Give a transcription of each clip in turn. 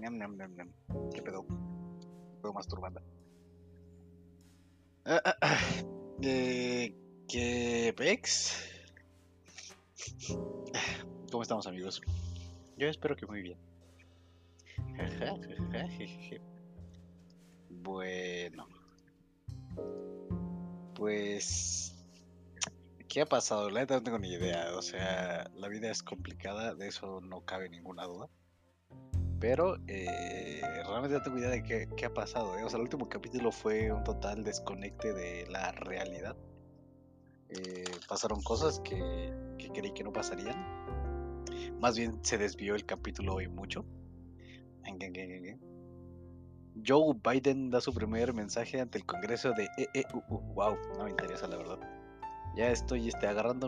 Ñam, ñam, ñam. ¿Qué pedo? Pedo masturbanda. ¿Qué pex? ¿Cómo estamos, amigos? Yo espero que muy bien. Bueno, pues, ¿qué ha pasado? La neta no tengo ni idea. O sea, la vida es complicada, de eso no cabe ninguna duda. Pero realmente no tengo idea de qué ha pasado. O sea, el último capítulo fue un total desconecte de la realidad. Pasaron cosas que creí que no pasarían. Más bien se desvió el capítulo hoy mucho. Joe Biden da su primer mensaje ante el Congreso de wow, no me interesa la verdad. Ya estoy agarrando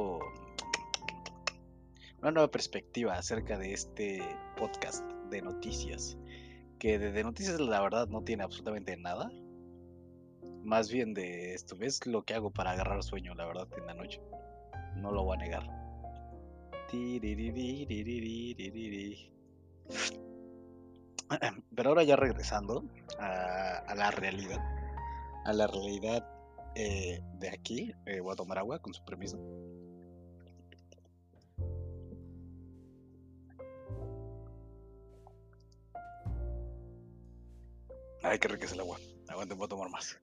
una nueva perspectiva acerca de este podcast de noticias. Que de noticias la verdad no tiene absolutamente nada. Más bien de esto, ¿ves lo que hago para agarrar sueño, la verdad, en la noche? No lo voy a negar. Pero ahora ya regresando a la realidad, de aquí, voy a tomar agua con su permiso. Ay, qué rica es el agua. Aguante, voy a tomar más.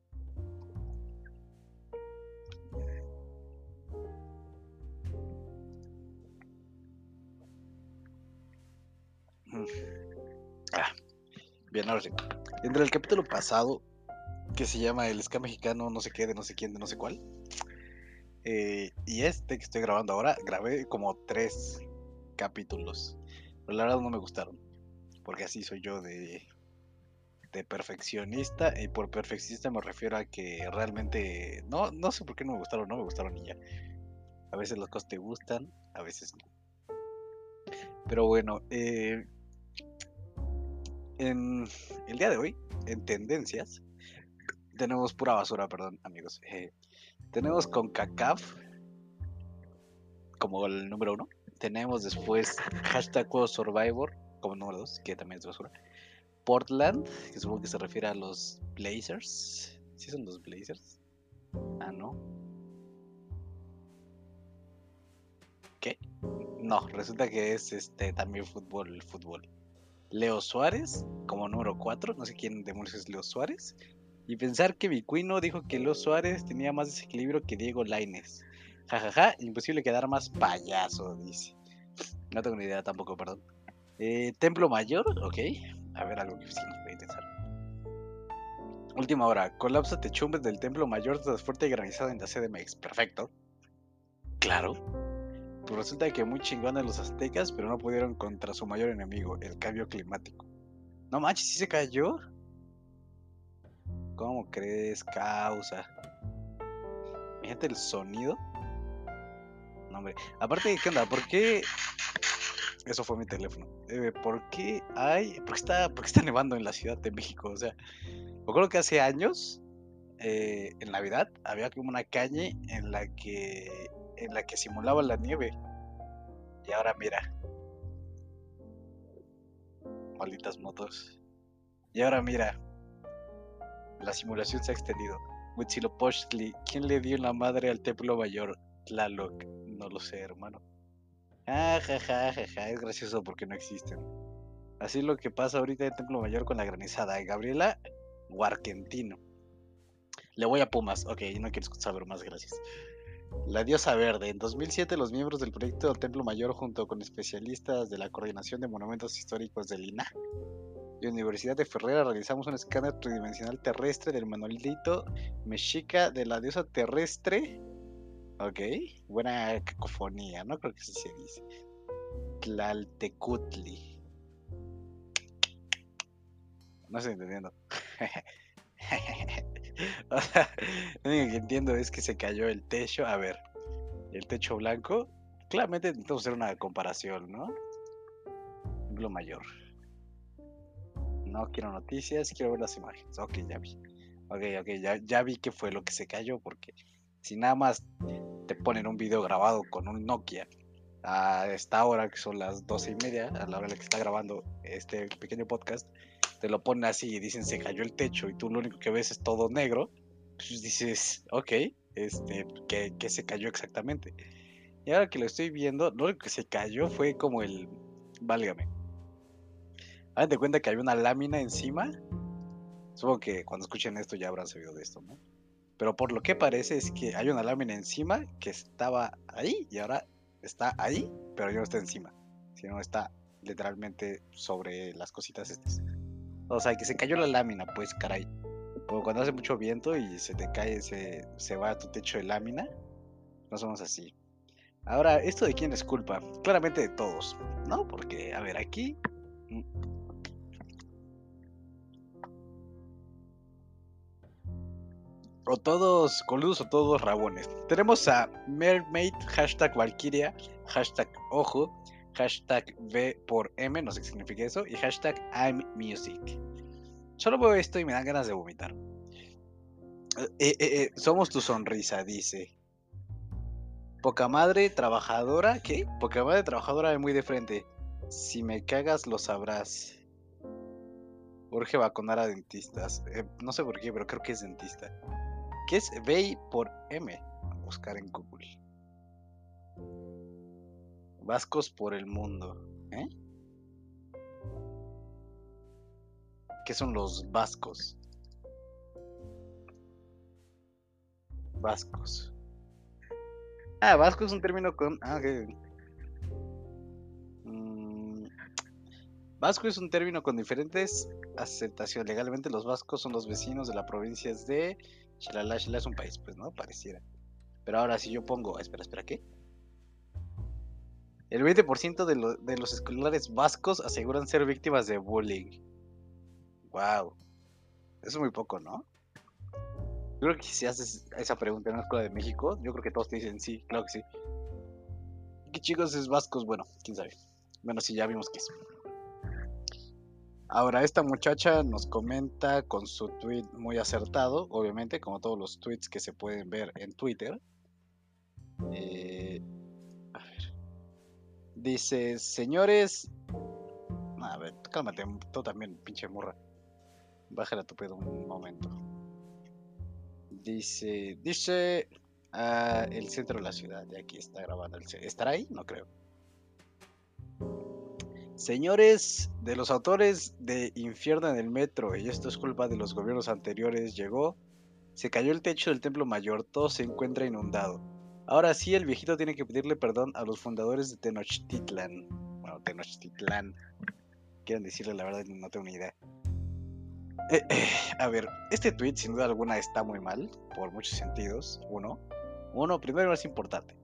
Bien, ahora sí. Entre el capítulo pasado, que se llama El Ska Mexicano, no sé qué, de no sé quién, de no sé cuál, y este que estoy grabando ahora, grabé como 3 capítulos. Pero la verdad no me gustaron. Porque así soy yo de perfeccionista. Y por perfeccionista me refiero a que realmente no sé por qué no me gustaron y ya. A veces las cosas te gustan, a veces no. Pero bueno, en el día de hoy, en tendencias, tenemos pura basura, perdón, amigos. Tenemos con CONCACAF como el número 1. Tenemos después hashtag Juego Survivor como número 2, que también es basura. Portland, que supongo que se refiere a los Blazers. ¿Sí son los Blazers? Ah, no. ¿Qué? No, resulta que es también fútbol. Leo Suárez como número 4, no sé quién demonios es Leo Suárez. Y pensar que Vicuino dijo que Leo Suárez tenía más desequilibrio que Diego Lainez. Jajaja, imposible quedar más payaso, dice. No tengo ni idea tampoco, perdón. Templo Mayor, ok. A ver, algo que sí nos puede interesar. Última hora, colapsa techumbres del Templo Mayor tras fuerte granizada en la CDMX. Perfecto. Claro. Pues resulta que muy chingones los aztecas, pero no pudieron contra su mayor enemigo, el cambio climático. No manches, ¿sí se cayó? ¿Cómo crees? Causa. Fíjate el sonido. No, hombre. Aparte, ¿qué onda? ¿Por qué? Eso fue mi teléfono. ¿Por qué por qué está nevando en la Ciudad de México? O sea, me acuerdo que hace años, en Navidad, había como una calle en la que simulaba la nieve. Y ahora mira, malditas motos. Y ahora mira, la simulación se ha extendido. Huitzilopochtli, ¿quién le dio la madre al Templo Mayor? Tlaloc, no lo sé, hermano. Ah, jaja, es gracioso porque no existen. Así lo que pasa ahorita en Templo Mayor con la granizada. Gabriela Huarquentino. Le voy a Pumas. Ok, no quiero saber más, gracias. La diosa verde. En 2007 los miembros del proyecto del Templo Mayor junto con especialistas de la Coordinación de Monumentos Históricos del INAH y Universidad de Ferrera realizamos un escáner tridimensional terrestre del monolito mexica de la diosa terrestre. Ok, buena cacofonía, no creo que así se dice. Tlaltecutli. No estoy entendiendo. O sea, lo único que entiendo es que se cayó el techo. A ver, el techo blanco. Claramente intentamos hacer una comparación, ¿no? Templo Mayor. No quiero noticias, quiero ver las imágenes. Ok, ya vi. Ok, ya vi qué fue lo que se cayó. Porque si nada más te ponen un video grabado con un Nokia a esta hora, que son las 12:30, a la hora en la que está grabando este pequeño podcast, te lo ponen así y dicen se cayó el techo y tú lo único que ves es todo negro, pues dices, ok, ¿qué se cayó exactamente? Y ahora que lo estoy viendo, lo único que se cayó fue como válgame. Hagan de cuenta que había una lámina encima. Supongo que cuando escuchen esto ya habrán sabido de esto, ¿no? Pero por lo que parece es que hay una lámina encima que estaba ahí y ahora está ahí, pero ya no está encima, sino está literalmente sobre las cositas estas. O sea, que se cayó la lámina, pues caray. Como cuando hace mucho viento y se te cae, se va a tu techo de lámina. No somos así. Ahora, ¿esto de quién es culpa? Claramente de todos, ¿no? Porque, a ver, aquí... O todos coludos o todos rabones. Tenemos a Mermaid, hashtag Valkyria, hashtag Ojo, hashtag V por M, no sé qué significa eso, y hashtag I'm Music. Solo veo esto y me dan ganas de vomitar. Somos tu sonrisa, dice. Poca madre trabajadora, ¿qué? Poca madre trabajadora de muy de frente. Si me cagas, lo sabrás. Urge vacunar a dentistas. No sé por qué, pero creo que es dentista. ¿Qué es V por M? A buscar en Google. Vascos por el mundo. ¿Eh? ¿Qué son los vascos? Vascos. Ah, vasco es un término con. Ah, ok. Mm, vasco es un término con diferentes aceptaciones. Legalmente, los vascos son los vecinos de las provincias de. Shalala, Shalala es un país, pues, ¿no? Pareciera. Pero ahora, si yo pongo. Espera, ¿qué? El 20% de los escolares vascos aseguran ser víctimas de bullying. Wow. Eso es muy poco, ¿no? Yo creo que si haces esa pregunta en una escuela de México, yo creo que todos te dicen sí, claro que sí. ¿Qué chicos es vascos? Bueno, quién sabe. Bueno, sí, ya vimos que es. Ahora, esta muchacha nos comenta con su tweet muy acertado, obviamente, como todos los tweets que se pueden ver en Twitter. A ver. Dice, señores. A ver, cálmate, tú también, pinche morra. Bájala tu pedo un momento. Dice el centro de la ciudad. De aquí está grabando. ¿Estará ahí? No creo. Señores de los autores de Infierno en el Metro, y esto es culpa de los gobiernos anteriores, se cayó el techo del Templo Mayor, todo se encuentra inundado. Ahora sí, el viejito tiene que pedirle perdón a los fundadores de Tenochtitlan. Bueno, Tenochtitlan. Quieren decirle la verdad, no tengo ni idea. A ver, este tweet sin duda alguna está muy mal, por muchos sentidos. Primero es importante.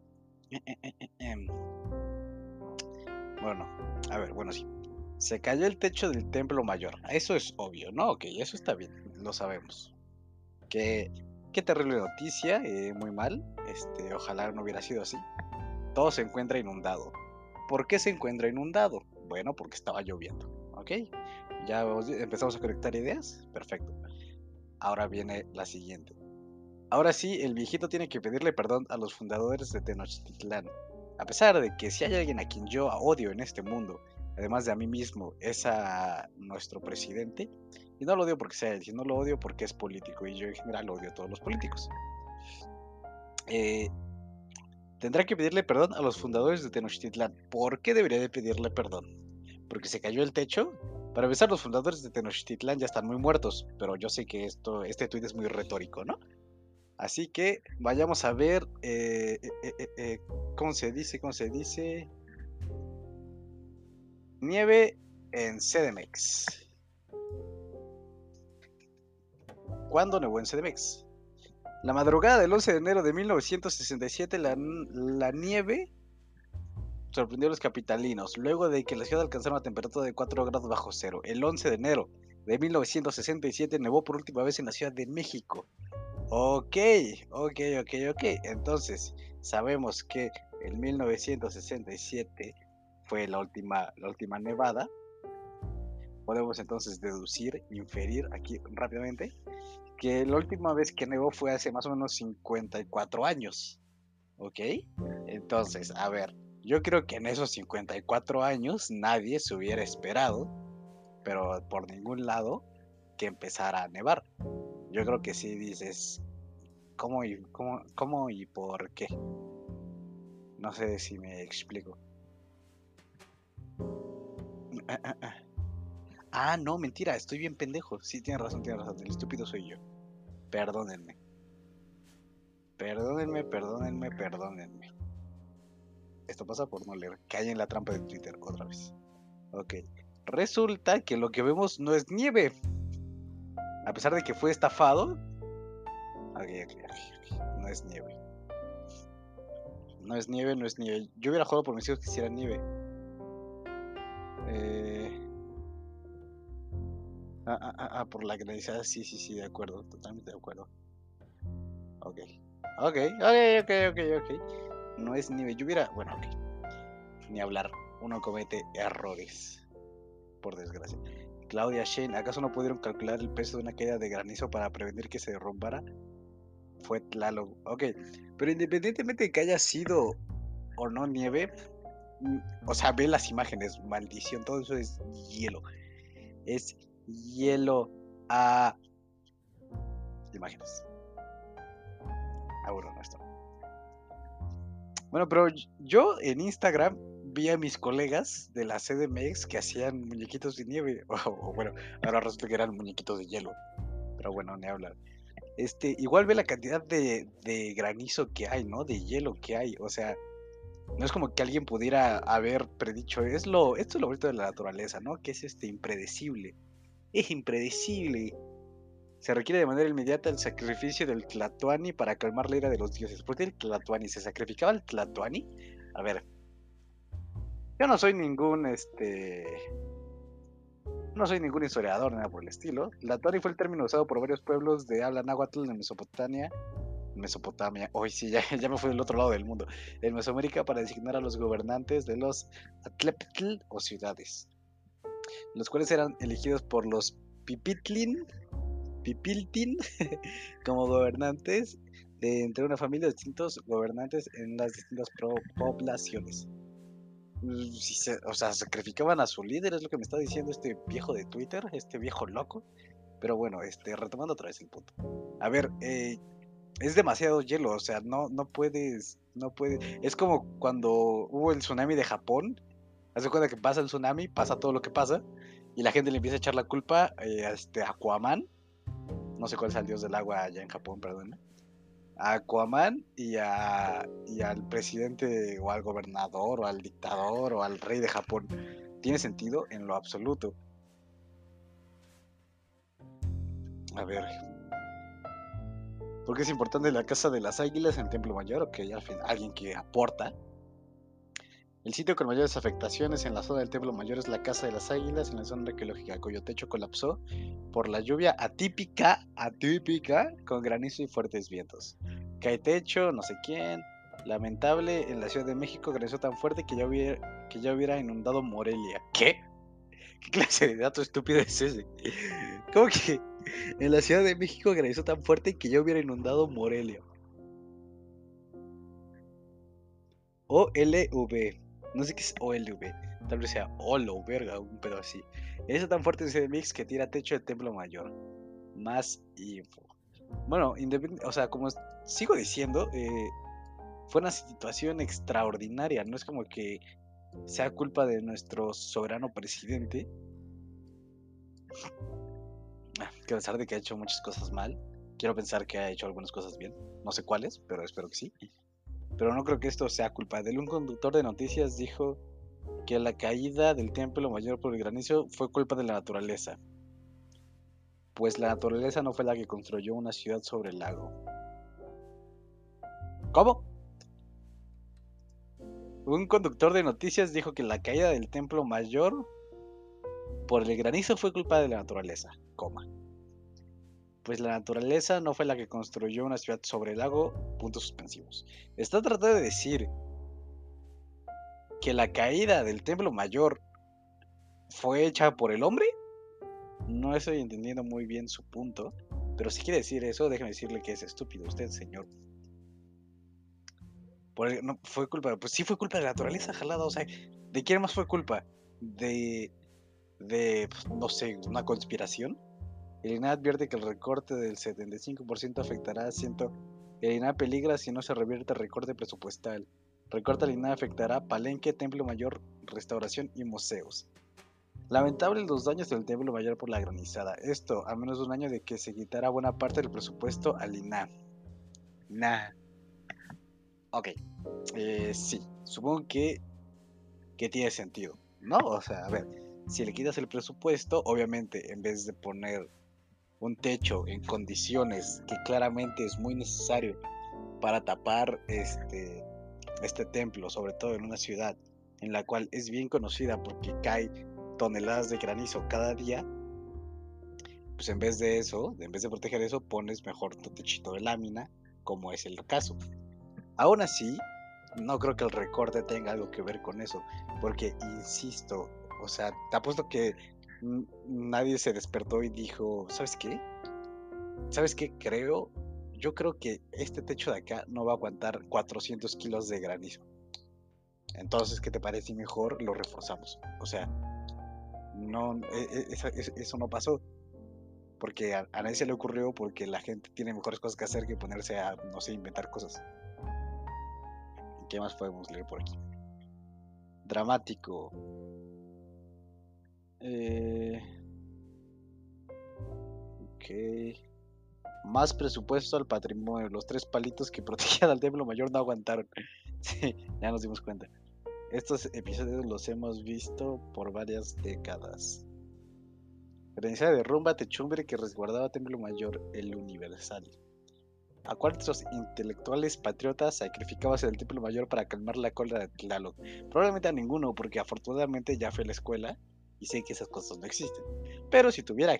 Bueno, a ver, bueno, sí. Se cayó el techo del templo mayor. Eso es obvio, ¿no? Ok, eso está bien, lo sabemos. Qué terrible noticia, muy mal. Ojalá no hubiera sido así. Todo se encuentra inundado. ¿Por qué se encuentra inundado? Bueno, porque estaba lloviendo. ¿Ok? Ya empezamos a conectar ideas. Perfecto. Ahora viene la siguiente. Ahora sí, el viejito tiene que pedirle perdón a los fundadores de Tenochtitlán. A pesar de que si hay alguien a quien yo odio en este mundo, además de a mí mismo, es a nuestro presidente. Y no lo odio porque sea él, sino lo odio porque es político. Y yo en general odio a todos los políticos. Tendrá que pedirle perdón a los fundadores de Tenochtitlán. ¿Por qué debería de pedirle perdón? ¿Porque se cayó el techo? Para empezar, los fundadores de Tenochtitlán ya están muy muertos, pero yo sé que este tuit es muy retórico, ¿no? Así que vayamos a ver ¿cómo se dice? ¿Cómo se dice? Nieve en CDMX. ¿Cuándo nevó en CDMX? La madrugada del 11 de enero de 1967, la nieve sorprendió a los capitalinos, luego de que la ciudad alcanzara una temperatura de 4 grados bajo cero. El 11 de enero de 1967 nevó por última vez en la Ciudad de México. Ok. Entonces, sabemos que en 1967 fue la última nevada. Podemos entonces inferir aquí rápidamente, que la última vez que nevó fue hace más o menos 54 años. ¿Ok? Entonces, a ver. Yo creo que en esos 54 años nadie se hubiera esperado, pero por ningún lado, que empezara a nevar. Yo creo que sí dices, cómo y por qué? No sé si me explico. Ah, no, mentira, estoy bien pendejo. Sí, tienes razón, el estúpido soy yo. Perdónenme. Perdónenme. Esto pasa por no leer. Cae en la trampa de Twitter otra vez. Ok. Resulta que lo que vemos no es nieve. A pesar de que fue estafado. Ok. No es nieve. No es nieve. Yo hubiera jugado por mis hijos que hiciera nieve. Por la granizada. Sí, de acuerdo. Totalmente de acuerdo. Ok. No es nieve. Yo hubiera. Bueno, ok. Ni hablar. Uno comete errores. Por desgracia. Claudia Shane, ¿acaso no pudieron calcular el peso de una caída de granizo para prevenir que se derrumbara? Fue Tlaloc. Ok, pero independientemente de que haya sido o no nieve, o sea, ve las imágenes, maldición, todo eso es hielo. Es hielo a imágenes. Auro nuestro. Bueno, pero yo en Instagram vi a mis colegas de la CDMX que hacían muñequitos de nieve. O bueno, ahora resulta que eran muñequitos de hielo. Pero bueno, ni hablar. Igual ve la cantidad de granizo que hay, ¿no? De hielo que hay. O sea, no es como que alguien pudiera haber predicho. Esto es lo bonito de la naturaleza, ¿no? Que es impredecible. Es impredecible. Se requiere de manera inmediata el sacrificio del Tlatoani para calmar la ira de los dioses. ¿Por qué el Tlatoani? ¿Se sacrificaba el Tlatoani? A ver, yo no soy ningún no soy ningún historiador ni nada por el estilo. Tlatoani fue el término usado por varios pueblos de habla náhuatl en Mesopotamia, hoy sí, ya me fui del otro lado del mundo, en Mesoamérica para designar a los gobernantes de los Atleptl o ciudades, los cuales eran elegidos por los Pipiltin como gobernantes de entre una familia de distintos gobernantes en las distintas poblaciones. O sea, sacrificaban a su líder, es lo que me está diciendo este viejo de Twitter, este viejo loco. Pero bueno, retomando otra vez el punto. A ver, es demasiado hielo, o sea, no puedes, es como cuando hubo el tsunami de Japón. Haz de cuenta que pasa el tsunami, pasa todo lo que pasa, y la gente le empieza a echar la culpa a Aquaman, no sé cuál es el dios del agua allá en Japón, perdón, a Aquaman y al presidente o al gobernador o al dictador o al rey de Japón. ¿Tiene sentido? En lo absoluto. A ver, ¿por qué es importante la Casa de las Águilas en Templo Mayor? Ok, al fin, alguien que aporta. El sitio con mayores afectaciones en la zona del Templo Mayor es la Casa de las Águilas, en la zona arqueológica, cuyo techo colapsó por la lluvia atípica, con granizo y fuertes vientos. Cae techo, no sé quién. Lamentable, en la Ciudad de México granizó tan fuerte que ya hubiera inundado Morelia. ¿Qué? ¿Qué clase de dato estúpido es ese? ¿Cómo que en la Ciudad de México granizó tan fuerte que ya hubiera inundado Morelia? OLV. No sé qué es OLV. Tal vez sea Olo, verga, un pedo así. Es tan fuerte ese mix que tira techo del Templo Mayor. Más info. Bueno, o sea, como sigo diciendo, fue una situación extraordinaria. No es como que sea culpa de nuestro soberano presidente. Que a pesar de que ha hecho muchas cosas mal, quiero pensar que ha hecho algunas cosas bien. No sé cuáles, pero espero que sí. Pero no creo que esto sea culpa de él. Un conductor de noticias dijo que la caída del Templo Mayor por el granizo fue culpa de la naturaleza, pues la naturaleza no fue la que construyó una ciudad sobre el lago. ¿Cómo? Un conductor de noticias dijo que la caída del Templo Mayor por el granizo fue culpa de la naturaleza, coma. Pues la naturaleza no fue la que construyó una ciudad sobre el lago, puntos suspensivos. Está tratando de decir que la caída del Templo Mayor fue hecha por el hombre. No estoy entendiendo muy bien su punto, pero si quiere decir eso, déjeme decirle que es estúpido usted, señor. No, fue culpa, pues sí fue culpa de la naturaleza, jalada, o sea, ¿de quién más fue culpa? De, pues, no sé, una conspiración. El INAH advierte que el recorte del 75% afectará a El INAH peligra si no se revierte el recorte presupuestal. Recorte del INAH afectará Palenque, Templo Mayor, Restauración y museos. Lamentables los daños del Templo Mayor por la granizada. Esto, a menos de un año de que se quitara buena parte del presupuesto al INAH. Nah, ok. Sí, supongo que tiene sentido, ¿no? O sea, a ver, si le quitas el presupuesto, obviamente, en vez de poner un techo en condiciones que claramente es muy necesario para tapar este templo, sobre todo en una ciudad en la cual es bien conocida porque cae toneladas de granizo cada día, pues en vez de eso, en vez de proteger eso, pones mejor tu techito de lámina, como es el caso. Aún así, no creo que el recorte tenga algo que ver con eso, porque insisto, o sea, te apuesto que nadie se despertó y dijo, ¿sabes qué? ¿Sabes qué? Yo creo que este techo de acá no va a aguantar 400 kilos de granizo. Entonces, ¿qué te parece? Mejor lo reforzamos. O sea, no, eso no pasó porque a nadie se le ocurrió porque la gente tiene mejores cosas que hacer que ponerse a, no sé, inventar cosas. ¿Qué más podemos leer por aquí? Dramático. Eh, ok. Más presupuesto al patrimonio. Los 3 palitos que protegían al templo mayor no aguantaron. Sí, ya nos dimos cuenta. Estos episodios los hemos visto por varias décadas. Granizada de rumba techumbre que resguardaba Templo Mayor, el Universal. ¿A cuántos intelectuales patriotas sacrificabas en el Templo Mayor para calmar la cólera de Tlaloc? Probablemente a ninguno, porque afortunadamente ya fui a la escuela y sé que esas cosas no existen. Pero si tuviera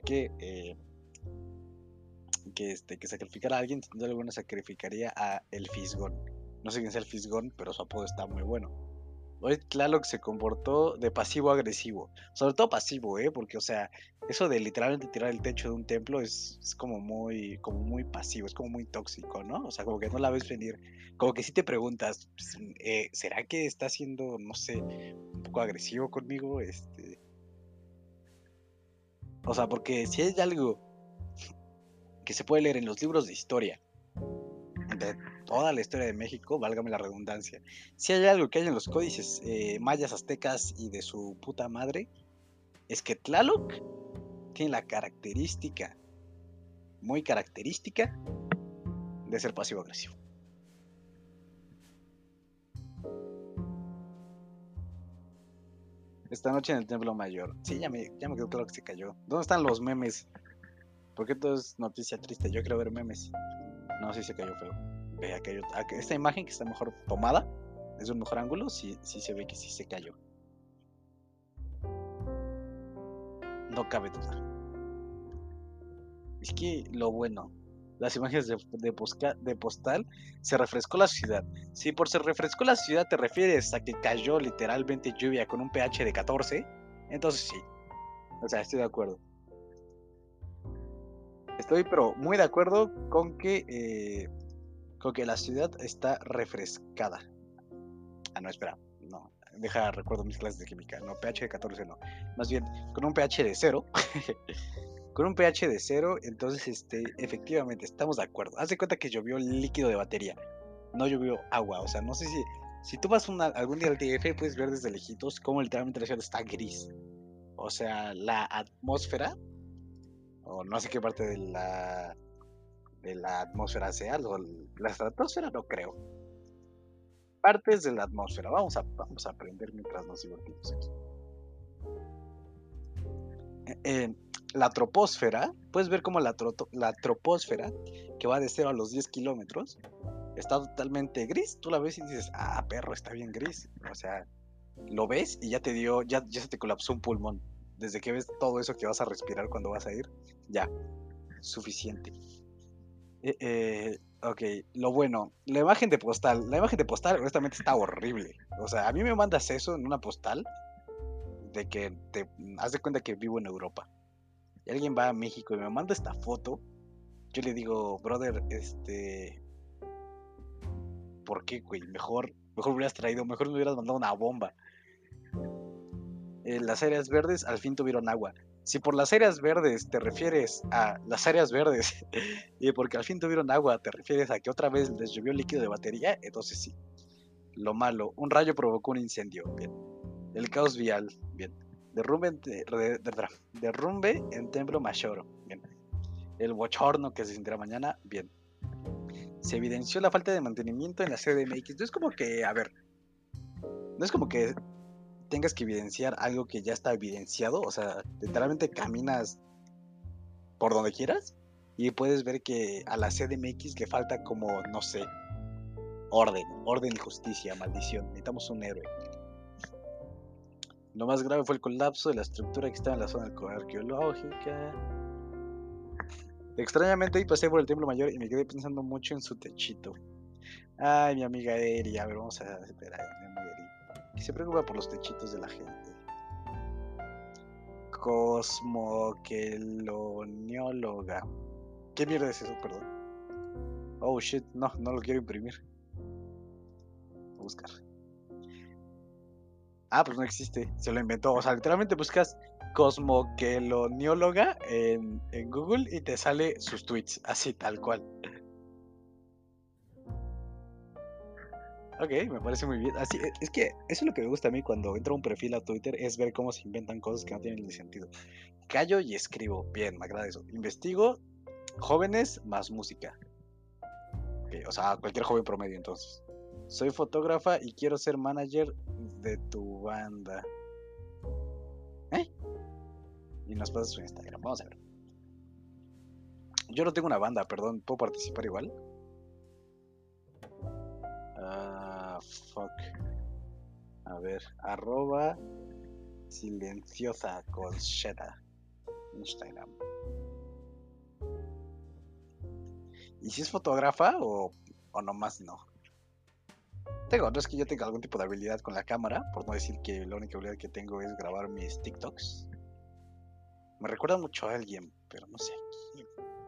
que sacrificar a alguien, sin duda alguna sacrificaría a el Fisgón. No sé quién sea el Fisgón, pero su apodo está muy bueno. Hoy Tlaloc se comportó de pasivo a agresivo. Sobre todo pasivo, porque, o sea, eso de literalmente tirar el techo de un templo es como muy pasivo, es como muy tóxico, ¿no? O sea, como que no la ves venir. Como que si te preguntas, pues, ¿será que está siendo, no sé, un poco agresivo conmigo? O sea, porque si hay algo que se puede leer en los libros de historia, de toda la historia de México, válgame la redundancia, si hay algo que hay en los códices mayas, aztecas y de su puta madre, es que Tlaloc tiene la característica, muy característica, de ser pasivo-agresivo. Esta noche en el Templo Mayor. Sí, ya me quedó claro que se cayó. ¿Dónde están los memes? Porque todo es noticia triste. Yo quiero ver memes. No, sí se cayó feo. Ve, esta imagen que está mejor tomada, es un mejor ángulo, sí se ve que sí se cayó. No cabe duda. Es que lo bueno, las imágenes de postal, se refrescó la ciudad. Si por se refrescó la ciudad te refieres a que cayó literalmente lluvia con un pH de 14, entonces sí. O sea, estoy de acuerdo. Estoy pero muy de acuerdo con que la ciudad está refrescada. Ah, no, espera. No, recuerdo mis clases de química. No, pH de 14 no. Más bien, con un pH de 0. Con un pH de 0, entonces efectivamente estamos de acuerdo. Haz de cuenta que llovió líquido de batería, no llovió agua. O sea, no sé si tú vas algún día al TF, puedes ver desde lejitos cómo literalmente la ciudad está gris. O sea, la atmósfera, o no sé qué parte de la atmósfera sea, la estratosfera no creo. Partes de la atmósfera. Vamos a aprender mientras nos divertimos aquí. La troposfera, puedes ver como la troposfera, que va de 0 a los 10 kilómetros, está totalmente gris. Tú la ves y dices, ah, perro, está bien gris. O sea, lo ves y ya se te colapsó un pulmón. Desde que ves todo eso que vas a respirar cuando vas a ir, ya, suficiente. Ok, lo bueno, la imagen de postal honestamente está horrible. O sea, a mí me mandas eso en una postal de que te haz de cuenta que vivo en Europa. Y alguien va a México y me manda esta foto, yo le digo, brother, ¿por qué, güey? Mejor hubieras traído, mejor me hubieras mandado una bomba. Las áreas verdes al fin tuvieron agua. Si por las áreas verdes te refieres a las áreas verdes y porque al fin tuvieron agua te refieres a que otra vez les llovió líquido de batería, entonces sí. Lo malo, un rayo provocó un incendio, bien. El caos vial, bien. Derrumbe en Templo Mayor, bien. El bochorno que se sentirá mañana, bien. Se evidenció la falta de mantenimiento en la CDMX. No es como que, a ver, no es como que tengas que evidenciar algo que ya está evidenciado, o sea, literalmente caminas por donde quieras y puedes ver que a la CDMX le falta como, no sé, orden y justicia, maldición. Necesitamos un héroe. Lo más grave fue el colapso de la estructura que estaba en la zona arqueológica. Extrañamente hoy pasé por el Templo Mayor y me quedé pensando mucho en su techito. Ay, mi amiga Eri, a ver, vamos a esperar a mi amiga Eri, que se preocupa por los techitos de la gente. Cosmoquelonióloga. ¿Qué mierda es eso? Perdón. Oh shit, no lo quiero imprimir. Voy a buscar. Ah, pues no existe, se lo inventó. O sea, literalmente buscas cosmoquelonióloga en Google y te sale sus tweets, así tal cual. Ok, me parece muy bien. Así, es que eso es lo que me gusta a mí cuando entro a un perfil a Twitter, es ver cómo se inventan cosas que no tienen ni sentido. Callo y escribo. Bien, me agrada eso. Investigo jóvenes más música. Okay, o sea, cualquier joven promedio entonces. Soy fotógrafa y quiero ser manager de tu banda. ¿Eh? Y nos pasa su Instagram. Vamos a ver. Yo no tengo una banda, perdón. ¿Puedo participar igual? Fuck. A ver. @ silenciosa colcheta. Instagram. ¿Y si es fotógrafa o nomás no? No es que yo tenga algún tipo de habilidad con la cámara, por no decir que la única habilidad que tengo es grabar mis TikToks. Me recuerda mucho a alguien, pero no sé quién.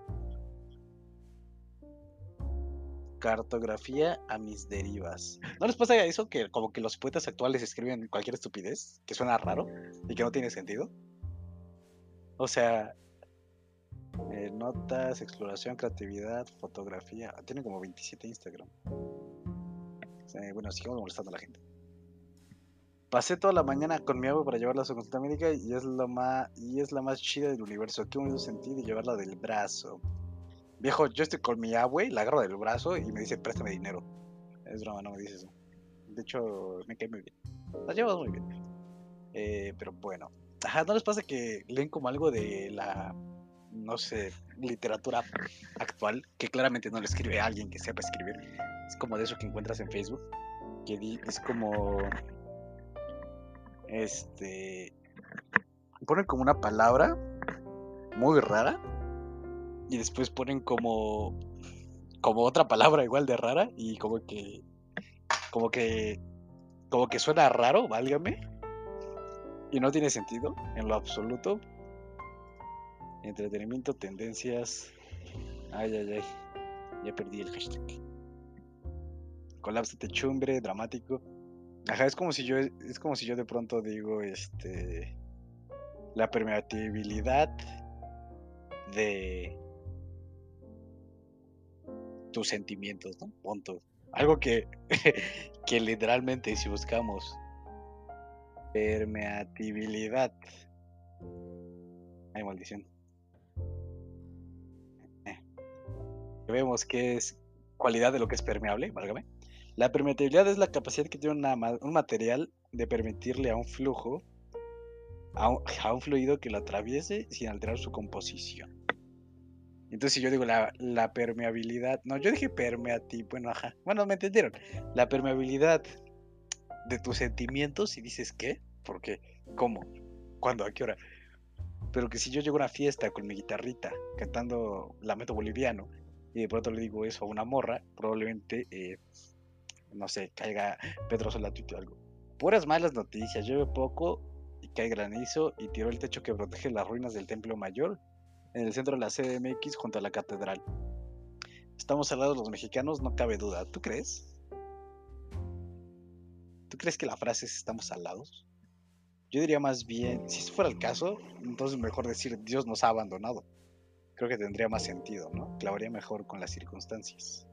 Cartografía a mis derivas. ¿No les pasa eso que como que los poetas actuales escriben cualquier estupidez que suena raro y que no tiene sentido? O sea, notas, exploración, creatividad, fotografía. Tienen como 27 Instagram. Bueno, sigamos molestando a la gente. Pasé toda la mañana con mi abue para llevarla a su consulta médica y es la más chida del universo. Qué bonito sentir de llevarla del brazo. Viejo, yo estoy con mi abue, la agarro del brazo y me dice, préstame dinero. Es broma, no me dice eso. De hecho, me cae muy bien. Las llevamos muy bien. Pero bueno. Ajá, ¿no les pasa que leen como algo de la, no sé, literatura actual? Que claramente no le escribe a alguien que sepa escribir. Es como de eso que encuentras en Facebook. Que es como... Ponen como una palabra muy rara y después ponen como otra palabra igual de rara y como que suena raro, válgame, y no tiene sentido en lo absoluto. Entretenimiento, tendencias. Ay, ya perdí el hashtag. Colapso, techumbre, dramático. Ajá, es como si yo de pronto digo la permeabilidad de tus sentimientos, ¿no? Punto. Algo que que literalmente si buscamos permeabilidad. Ay, maldición. Vemos que es cualidad de lo que es permeable, válgame. La permeabilidad es la capacidad que tiene un material de permitirle a un flujo, a un fluido que lo atraviese sin alterar su composición. Entonces, si yo digo la permeabilidad, no, yo dije permeativo, bueno, ajá, bueno, me entendieron. La permeabilidad de tus sentimientos, y dices, ¿qué? ¿Por qué? ¿Cómo? ¿Cuándo? ¿A qué hora? Pero que si yo llego a una fiesta con mi guitarrita cantando Lamento Boliviano y de pronto le digo eso a una morra, probablemente, no sé, caiga Pedro Solatuito o algo. Puras malas noticias, llueve poco y cae granizo y tiró el techo que protege las ruinas del Templo Mayor en el centro de la CDMX junto a la catedral. Estamos al lado de los mexicanos, no cabe duda. ¿Tú crees? ¿Tú crees que la frase es estamos salados? Yo diría más bien, si eso fuera el caso, entonces mejor decir Dios nos ha abandonado. Creo que tendría más sentido, ¿no? Clavaría mejor con las circunstancias.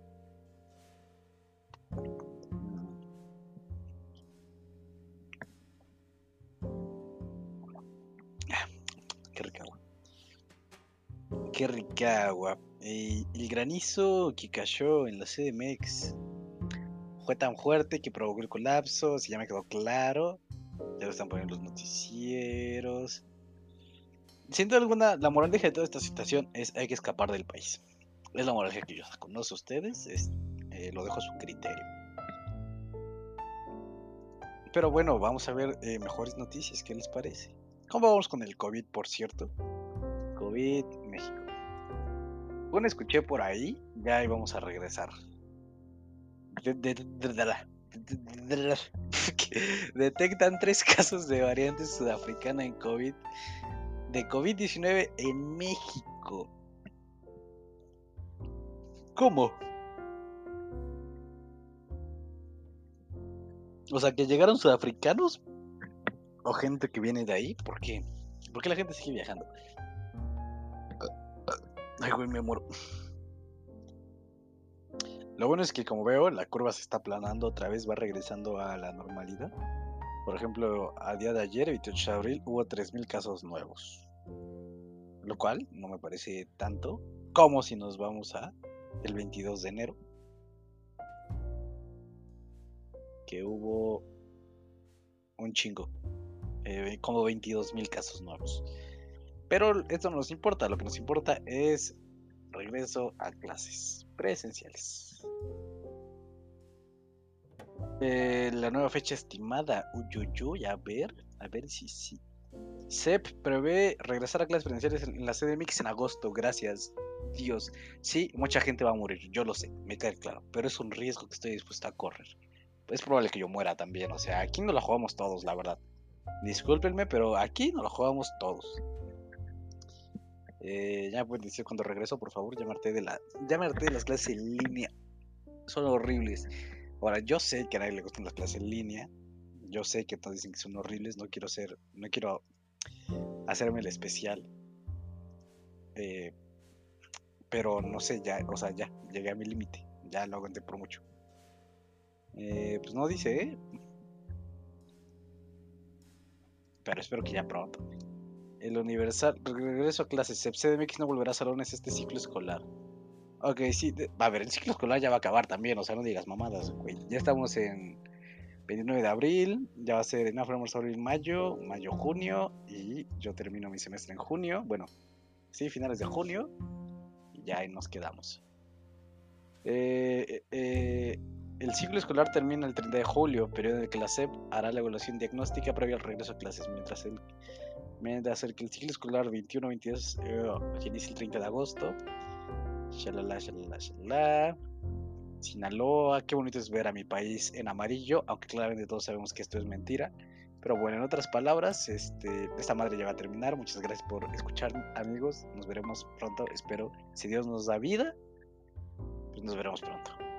Qué rica agua. Qué rica agua. El granizo que cayó en la CDMX fue tan fuerte que provocó el colapso, si ya me quedó claro. Ya lo están poniendo los noticieros. Siento alguna, la moraleja de toda esta situación es hay que escapar del país. Es la moraleja que yo saco. No sé ustedes, lo dejo a su criterio. Pero bueno, vamos a ver mejores noticias. ¿Qué les parece? ¿Cómo vamos con el COVID, por cierto? COVID, México. Bueno, escuché por ahí, ya íbamos a regresar. Detectan 3 casos de variante sudafricana en COVID, de COVID-19 en México. ¿Cómo? O sea, que llegaron sudafricanos o gente que viene de ahí. ¿Por qué? ¿Por qué la gente sigue viajando? Ay, güey, me muero. Lo bueno es que, como veo, la curva se está aplanando otra vez, va regresando a la normalidad. Por ejemplo, a día de ayer, 28 de abril, hubo 3.000 casos nuevos. Lo cual no me parece tanto como si nos vamos a el 22 de enero, que hubo un chingo, como 22.000 casos nuevos. Pero esto no nos importa, lo que nos importa es regreso a clases presenciales. La nueva fecha estimada, uyuyuy, a ver si sí. CEP prevé regresar a clases presenciales en la CDMX en agosto, gracias Dios. Sí, mucha gente va a morir, yo lo sé, me cae claro, pero es un riesgo que estoy dispuesto a correr. Es probable que yo muera también, o sea, aquí no la jugamos todos, la verdad. Discúlpenme, pero aquí no la jugamos todos. Ya me pueden decir cuando regreso, por favor, ya me harté de las clases en línea. Son horribles. Ahora, yo sé que a nadie le gustan las clases en línea. Yo sé que todos dicen que son horribles. No quiero hacerme el especial. Pero no sé, ya, o sea, ya llegué a mi límite. Ya lo aguanté por mucho. Pues no dice, pero espero que ya pronto. El Universal, regreso a clases. CDMX no volverá a salones este ciclo escolar. Ok, sí, a ver, el ciclo escolar ya va a acabar también, o sea, no digas mamadas, güey. Ya estamos en 29 de abril, ya va a ser en marzo, abril, mayo, junio, y yo termino mi semestre en junio, bueno, sí, finales de junio, y ya ahí nos quedamos. El ciclo escolar termina el 30 de julio, periodo en el que la SEP hará la evaluación diagnóstica previa al regreso a clases, mientras el que el ciclo escolar 21-22 inicia el 30 de agosto. Shalala, shalala, shalala. Sinaloa, qué bonito es ver a mi país en amarillo, aunque claramente todos sabemos que esto es mentira. Pero bueno, en otras palabras, esta madre ya va a terminar. Muchas gracias por escuchar, amigos. Nos veremos pronto, espero. Si Dios nos da vida, pues nos veremos pronto.